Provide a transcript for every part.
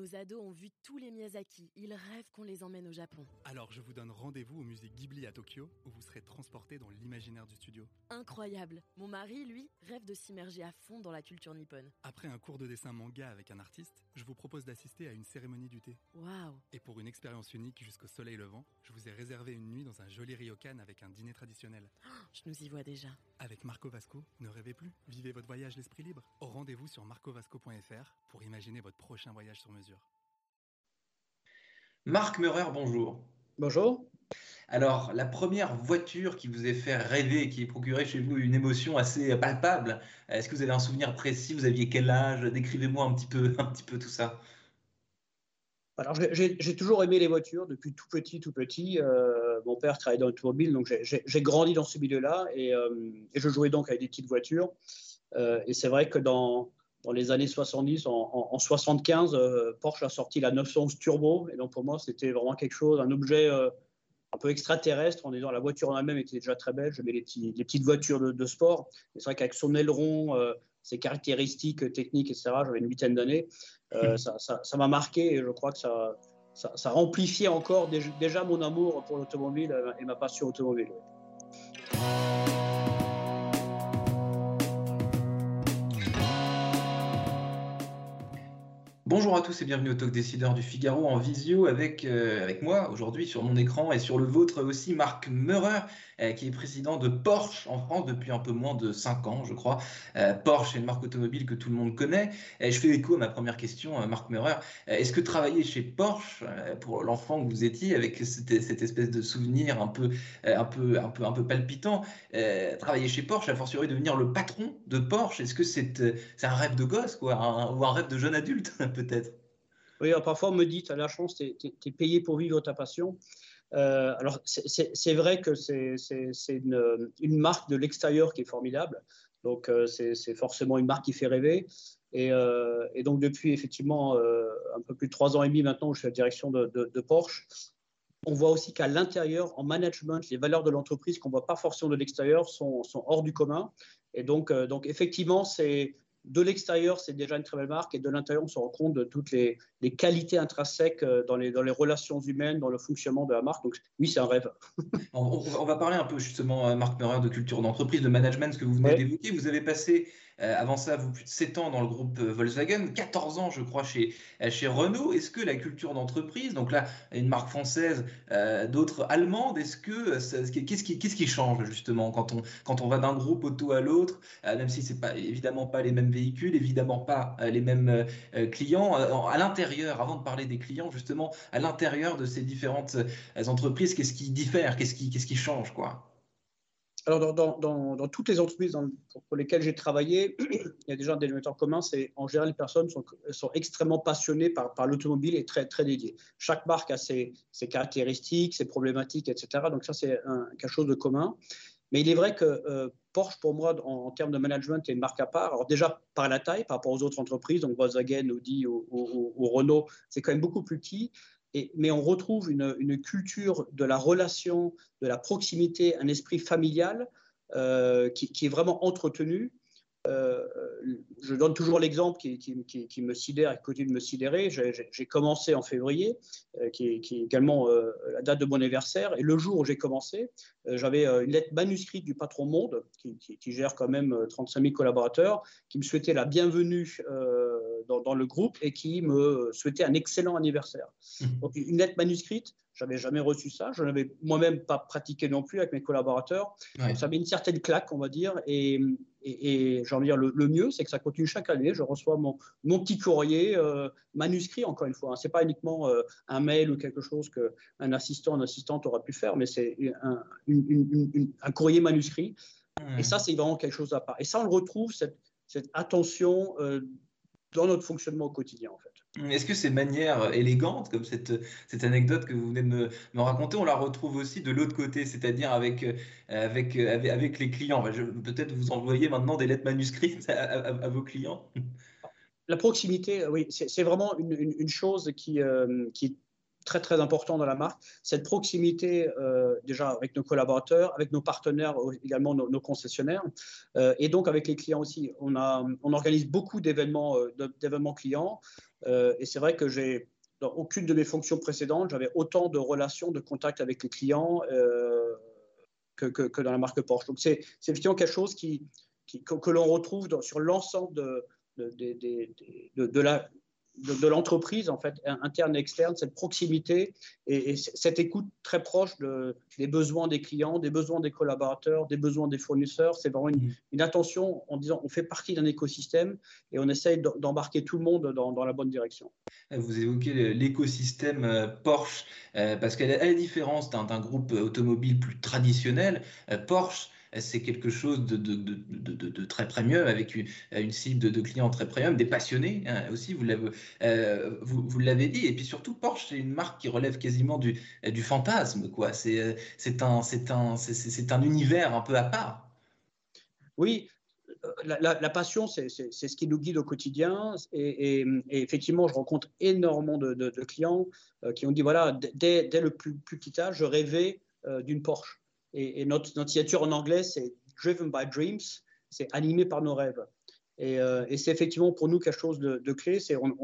Nos ados ont vu tous les Miyazaki. Ils rêvent qu'on les emmène au Japon. Alors je vous donne rendez-vous au musée Ghibli à Tokyo, où vous serez transportés dans l'imaginaire du studio. Incroyable. Mon mari, lui, rêve de s'immerger à fond dans la culture nippone. Après un cours de dessin manga avec un artiste, je vous propose d'assister à une cérémonie du thé. Waouh. Et pour une expérience unique jusqu'au soleil levant, je vous ai réservé une nuit dans un joli ryokan avec un dîner traditionnel. Je nous y vois déjà. Avec Marco Vasco, ne rêvez plus, vivez votre voyage l'esprit libre. Au rendez-vous sur marcovasco.fr pour imaginer votre prochain voyage sur mesure. Marc Meurer, bonjour. Bonjour. Alors, la première voiture qui vous a fait rêver, qui a procuré chez vous une émotion assez palpable, est-ce que vous avez un souvenir précis? Vous aviez quel âge? Décrivez-moi un petit peu tout ça. Alors, j'ai toujours aimé les voitures depuis tout petit. Mon père travaillait dans l'automobile, donc j'ai grandi dans ce milieu-là et je jouais donc avec des petites voitures. Et c'est vrai que dans les années 70, en 75, Porsche a sorti la 911 Turbo. Et donc, pour moi, c'était vraiment quelque chose, un objet un peu extraterrestre. En disant la voiture en elle-même était déjà très belle. J'aimais les petites voitures de sport. Et c'est vrai qu'avec son aileron, ses caractéristiques techniques, etc., j'avais une vingtaine d'années. Ça m'a marqué et je crois que ça amplifiait encore déjà mon amour pour l'automobile et ma passion automobile. Bonjour à tous et bienvenue au Talk Décideur du Figaro en visio avec moi aujourd'hui sur mon écran et sur le vôtre aussi Marc Meurer qui est président de Porsche en France depuis un peu moins de 5 ans je crois. Porsche est une marque automobile que tout le monde connaît. Je fais écho à ma première question Marc Meurer. Est-ce que travailler chez Porsche pour l'enfant que vous étiez avec cette espèce de souvenir un peu palpitant, travailler chez Porsche, a fortiori devenir le patron de Porsche, est-ce que c'est un rêve de gosse quoi, ou un rêve de jeune adulte peut-être? Oui, parfois on me dit, tu as la chance, tu es payé pour vivre ta passion. Alors c'est vrai que c'est une marque de l'extérieur qui est formidable. Donc c'est forcément une marque qui fait rêver. Et donc depuis effectivement un peu plus de 3 ans et demi maintenant où je suis à la direction de Porsche, on voit aussi qu'à l'intérieur, en management, les valeurs de l'entreprise qu'on ne voit pas forcément de l'extérieur sont hors du commun. Et donc effectivement, de l'extérieur, c'est déjà une très belle marque. Et de l'intérieur, on se rend compte de toutes les qualités intrinsèques dans les relations humaines, dans le fonctionnement de la marque. Donc oui, c'est un rêve. On va parler un peu justement, Marc Meurer, de culture d'entreprise, de management, ce que vous venez d'évoquer. Vous avez passé, avant ça, plus de 7 ans dans le groupe Volkswagen, 14 ans, je crois, chez Renault. Est-ce que la culture d'entreprise, donc là, une marque française, d'autres allemandes, qu'est-ce qui change justement quand on va d'un groupe auto à l'autre, même si c'est pas évidemment pas les mêmes véhicules, évidemment pas les mêmes clients, à l'intérieur, avant de parler des clients, justement, à l'intérieur de ces différentes entreprises, qu'est-ce qui diffère, qu'est-ce qui change, quoi? Alors, dans toutes les entreprises pour lesquelles j'ai travaillé, il y a déjà un dénominateur commun, c'est en général les personnes sont extrêmement passionnées par l'automobile et très, très dédiées. Chaque marque a ses caractéristiques, ses problématiques, etc. Donc ça, c'est quelque chose de commun. Mais il est vrai que Porsche, pour moi, en termes de management, est une marque à part. Alors déjà, par la taille, par rapport aux autres entreprises, donc Volkswagen, Audi ou Renault, c'est quand même beaucoup plus petit. Mais on retrouve une culture de la relation, de la proximité, un esprit familial qui est vraiment entretenu. Je donne toujours l'exemple qui me sidère et qui continue de me sidérer. J'ai commencé en février, qui est également la date de mon anniversaire. Et le jour où j'ai commencé, j'avais une lettre manuscrite du patron Monde, qui gère quand même 35 000 collaborateurs, qui me souhaitait la bienvenue dans le groupe et qui me souhaitait un excellent anniversaire. Donc une lettre manuscrite, je n'avais jamais reçu ça. Je n'avais moi-même pas pratiqué non plus avec mes collaborateurs. Ouais. Donc ça met une certaine claque, on va dire. Et j'ai envie de dire, le mieux, c'est que ça continue chaque année. Je reçois mon petit courrier manuscrit, encore une fois. Ce n'est pas uniquement un mail ou quelque chose qu'un assistant, une assistante aura pu faire, mais c'est un courrier manuscrit. Et ça, c'est vraiment quelque chose à part. Et ça, on le retrouve, cette attention dans notre fonctionnement au quotidien, en fait. Est-ce que ces manières élégantes, comme cette anecdote que vous venez de me raconter, on la retrouve aussi de l'autre côté, c'est-à-dire avec les clients? Peut-être vous envoyez maintenant des lettres manuscrites à vos clients? La proximité, oui, c'est vraiment une chose qui est très, très importante dans la marque. Cette proximité, déjà avec nos collaborateurs, avec nos partenaires, également nos concessionnaires, et donc avec les clients aussi. On organise beaucoup d'événements clients. Et c'est vrai que dans aucune de mes fonctions précédentes, j'avais autant de relations, de contacts avec les clients que dans la marque Porsche. Donc c'est effectivement quelque chose que l'on retrouve sur l'ensemble de l'entreprise, en fait, interne et externe, cette proximité et cette écoute très proche des besoins des clients, des besoins des collaborateurs, des besoins des fournisseurs. C'est vraiment une attention en disant on fait partie d'un écosystème et on essaye d'embarquer tout le monde dans la bonne direction. Vous évoquez l'écosystème Porsche, parce qu'à la différence d'un groupe automobile plus traditionnel, Porsche, c'est quelque chose de très premium, avec une cible de clients très premium, des passionnés aussi, vous l'avez dit. Et puis surtout, Porsche, c'est une marque qui relève quasiment du fantasme, quoi. C'est un univers un peu à part. Oui, la passion, c'est ce qui nous guide au quotidien. Et effectivement, je rencontre énormément de clients qui ont dit, voilà, dès le plus petit âge, je rêvais d'une Porsche. Et notre signature en anglais, c'est Driven by Dreams, c'est animé par nos rêves. Et c'est effectivement pour nous quelque chose de clé.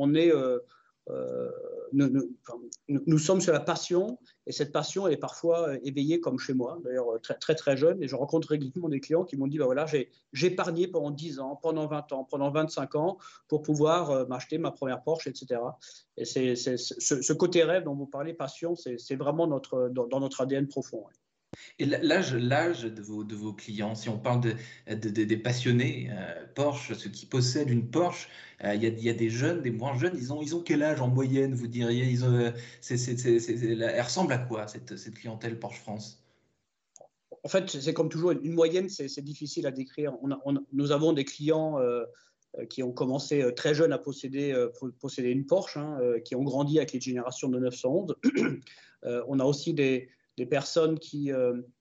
Nous sommes sur la passion, et cette passion, elle est parfois éveillée comme chez moi, d'ailleurs très, très, très jeune. Et je rencontre régulièrement des clients qui m'ont dit, bah voilà, j'ai épargné pendant 10 ans, pendant 20 ans, pendant 25 ans pour pouvoir m'acheter ma première Porsche, etc. Et ce côté rêve dont vous parlez, passion, c'est vraiment dans notre ADN profond. Ouais. Et l'âge de vos clients, si on parle des passionnés Porsche, ceux qui possèdent une Porsche, il y a des jeunes, des moins jeunes, ils ont quel âge en moyenne, vous diriez? Elle ressemble à quoi, cette clientèle Porsche France? En fait, c'est comme toujours, une moyenne, c'est difficile à décrire. Nous avons des clients qui ont commencé très jeunes à posséder une Porsche, qui ont grandi avec les générations de 911. On a aussi des personnes qui,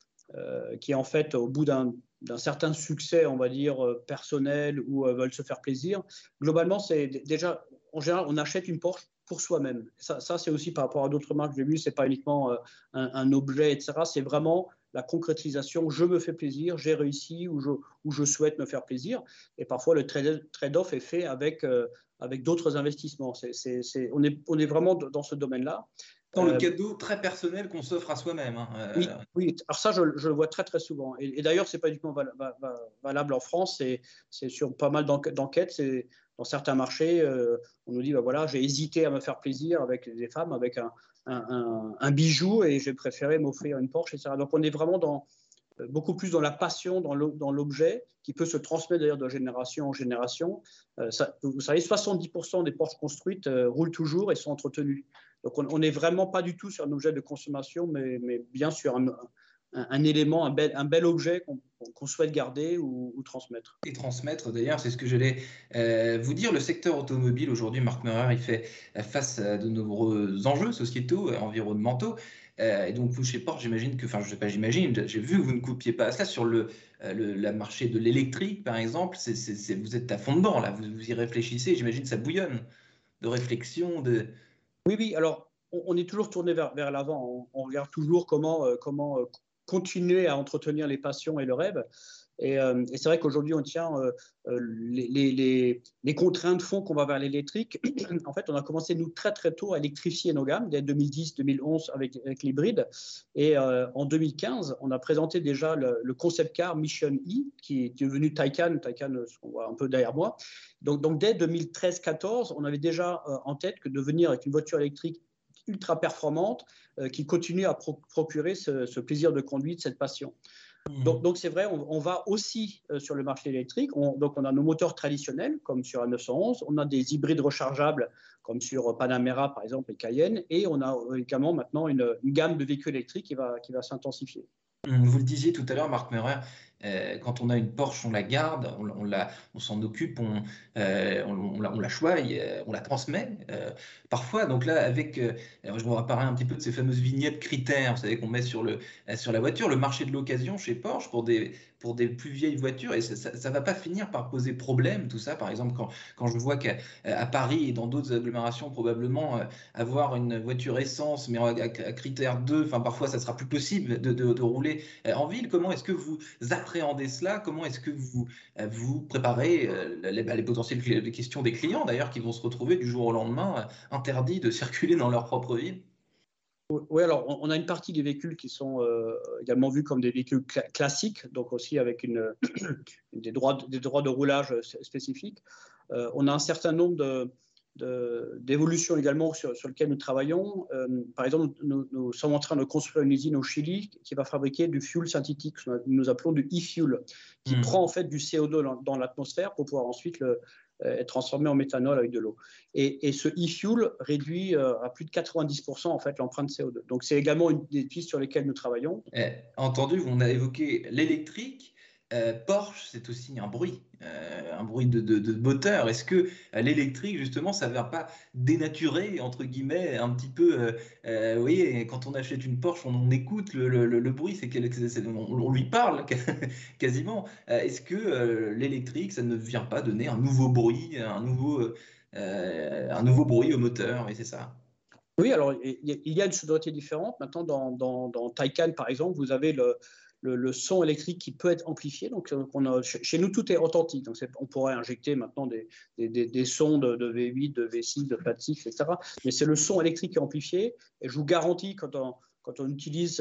en fait, au bout d'un certain succès, on va dire, personnel ou veulent se faire plaisir, globalement, c'est déjà, en général, on achète une Porsche pour soi-même. Ça c'est aussi par rapport à d'autres marques que j'ai vues, ce n'est pas uniquement un objet, etc. C'est vraiment la concrétisation, je me fais plaisir, j'ai réussi ou je souhaite me faire plaisir. Et parfois, le trade-off est fait avec d'autres investissements. On est vraiment dans ce domaine-là. Dans le cadeau très personnel qu'on s'offre à soi-même. Oui, alors ça, je le vois très, très souvent. Et d'ailleurs, ce n'est pas uniquement valable en France, c'est sur pas mal d'enquêtes. Dans certains marchés, on nous dit, bah voilà, j'ai hésité à me faire plaisir avec des femmes, avec un bijou, et j'ai préféré m'offrir une Porsche, etc. Donc, on est vraiment beaucoup plus dans la passion, dans l'objet, qui peut se transmettre d'ailleurs de génération en génération. Vous savez, 70% des Porsche construites roulent toujours et sont entretenues. Donc, on n'est vraiment pas du tout sur un objet de consommation, mais bien sur un élément, un bel objet qu'on souhaite garder ou transmettre. Et transmettre, d'ailleurs, c'est ce que j'allais vous dire. Le secteur automobile, aujourd'hui, Marc Meurer, il fait face à de nombreux enjeux sociétaux, environnementaux. Et donc, vous, chez Porsche, j'imagine que, enfin, je sais pas, j'imagine, j'ai vu que vous ne coupiez pas à cela sur le marché de l'électrique, par exemple. Vous êtes à fond dedans, là, vous y réfléchissez. J'imagine que ça bouillonne de réflexion. Oui, alors, on est toujours tourné vers l'avant. On regarde toujours comment continuer à entretenir les passions et le rêve. Et c'est vrai qu'aujourd'hui, on tient les contraintes font qu'on va vers l'électrique. En fait, on a commencé, nous, très, très tôt à électrifier nos gammes, dès 2010-2011 avec l'hybride. Et en 2015, on a présenté déjà le concept car Mission E, qui est devenu Taycan, ce qu'on voit un peu derrière moi. Donc dès 2013-14, on avait déjà en tête que de venir avec une voiture électrique ultra performante qui continue à procurer ce plaisir de conduite, cette passion. Donc c'est vrai, on va aussi sur le marché électrique. Donc on a nos moteurs traditionnels comme sur la 911, on a des hybrides rechargeables comme sur Panamera par exemple et Cayenne, et on a également maintenant une gamme de véhicules électriques qui va s'intensifier. Vous le disiez tout à l'heure, Marc Meurer, quand on a une Porsche, on la garde, on s'en occupe, on la choisit, on la transmet parfois. Donc là, je me rappellerai un petit peu de ces fameuses vignettes critères, vous savez, qu'on met sur la voiture, le marché de l'occasion chez Porsche pour des plus vieilles voitures, et ça va pas finir par poser problème, tout ça. Par exemple, quand je vois qu'à Paris et dans d'autres agglomérations, probablement, avoir une voiture essence, mais à critère 2, enfin, parfois, ça sera plus possible de rouler en ville. Comment est-ce que vous appréhendez cela? Comment est-ce que vous préparez les potentielles questions des clients d'ailleurs qui vont se retrouver du jour au lendemain interdits de circuler dans leur propre ville? Oui, alors on a une partie des véhicules qui sont également vus comme des véhicules classiques, donc aussi avec des droits de roulage spécifiques. On a un certain nombre d'évolutions également sur lesquelles nous travaillons. Par exemple, nous sommes en train de construire une usine au Chili qui va fabriquer du fuel synthétique, ce que nous appelons du e-fuel, qui prend en fait du CO2 dans l'atmosphère pour pouvoir ensuite être transformé en méthanol avec de l'eau. Et ce e-fuel réduit à plus de 90% en fait l'empreinte CO2. Donc c'est également une des pistes sur lesquelles nous travaillons. Entendu, on a évoqué l'électrique. Porsche, c'est aussi un bruit de moteur. Est-ce que l'électrique, justement, ça ne va pas dénaturer, entre guillemets, un petit peu vous voyez, quand on achète une Porsche, on écoute le bruit, on lui parle quasiment. Est-ce que l'électrique, ça ne vient pas donner un nouveau bruit, un nouveau bruit au moteur? Oui, c'est ça. Oui, alors il y a une sonorité différente. Maintenant, dans Taycan, par exemple, vous avez le son électrique qui peut être amplifié. Donc, chez nous, tout est authentique. Donc, on pourrait injecter maintenant des sons de V8, de V6, de passif, etc. Mais c'est le son électrique qui est amplifié. Et je vous garantis, quand on utilise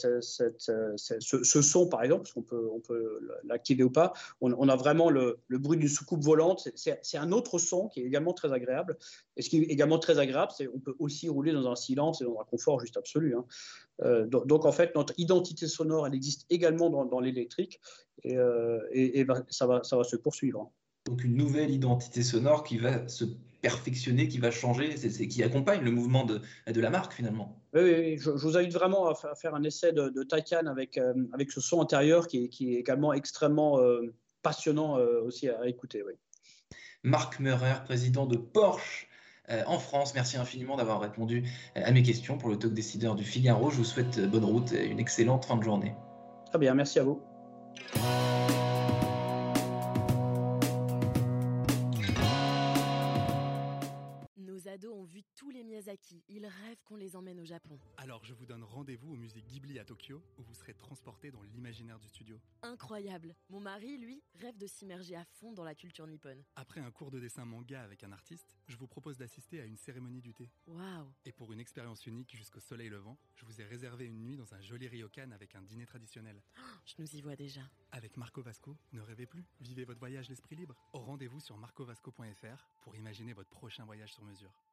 ce son, par exemple, parce qu'on peut l'activer ou pas, on a vraiment le bruit d'une soucoupe volante. C'est un autre son qui est également très agréable. Et ce qui est également très agréable, c'est qu'on peut aussi rouler dans un silence et dans un confort juste absolu. Donc, en fait, notre identité sonore, elle existe également dans l'électrique et ça va se poursuivre. Donc, une nouvelle identité sonore qui va se perfectionner, qui va changer, qui accompagne le mouvement de la marque finalement. Oui, je vous invite vraiment à faire un essai de Taycan avec ce son intérieur qui est également extrêmement passionnant aussi à écouter. Oui. Marc Meurer, président de Porsche en France, merci infiniment d'avoir répondu à mes questions pour le Talk Décideur du Figaro. Je vous souhaite bonne route et une excellente fin de journée. Très bien, merci à vous. Nos ados ont vu tous les Miyazaki. Ils rêvent qu'on les emmène au Japon. Alors je vous donne rendez-vous au musée Ghibli à Tokyo, où vous serez transporté dans l'imaginaire du studio. Incroyable. Mon mari, lui, rêve de s'immerger à fond dans la culture nippone. Après un cours de dessin manga avec un artiste, je vous propose d'assister à une cérémonie du thé. Waouh. Et pour une expérience unique jusqu'au soleil levant, je vous ai réservé une nuit dans un joli ryokan avec un dîner traditionnel. Je nous y vois déjà. Avec Marco Vasco, ne rêvez plus, vivez votre voyage l'esprit libre. Au rendez-vous sur marcovasco.fr pour imaginer votre prochain voyage sur mesure.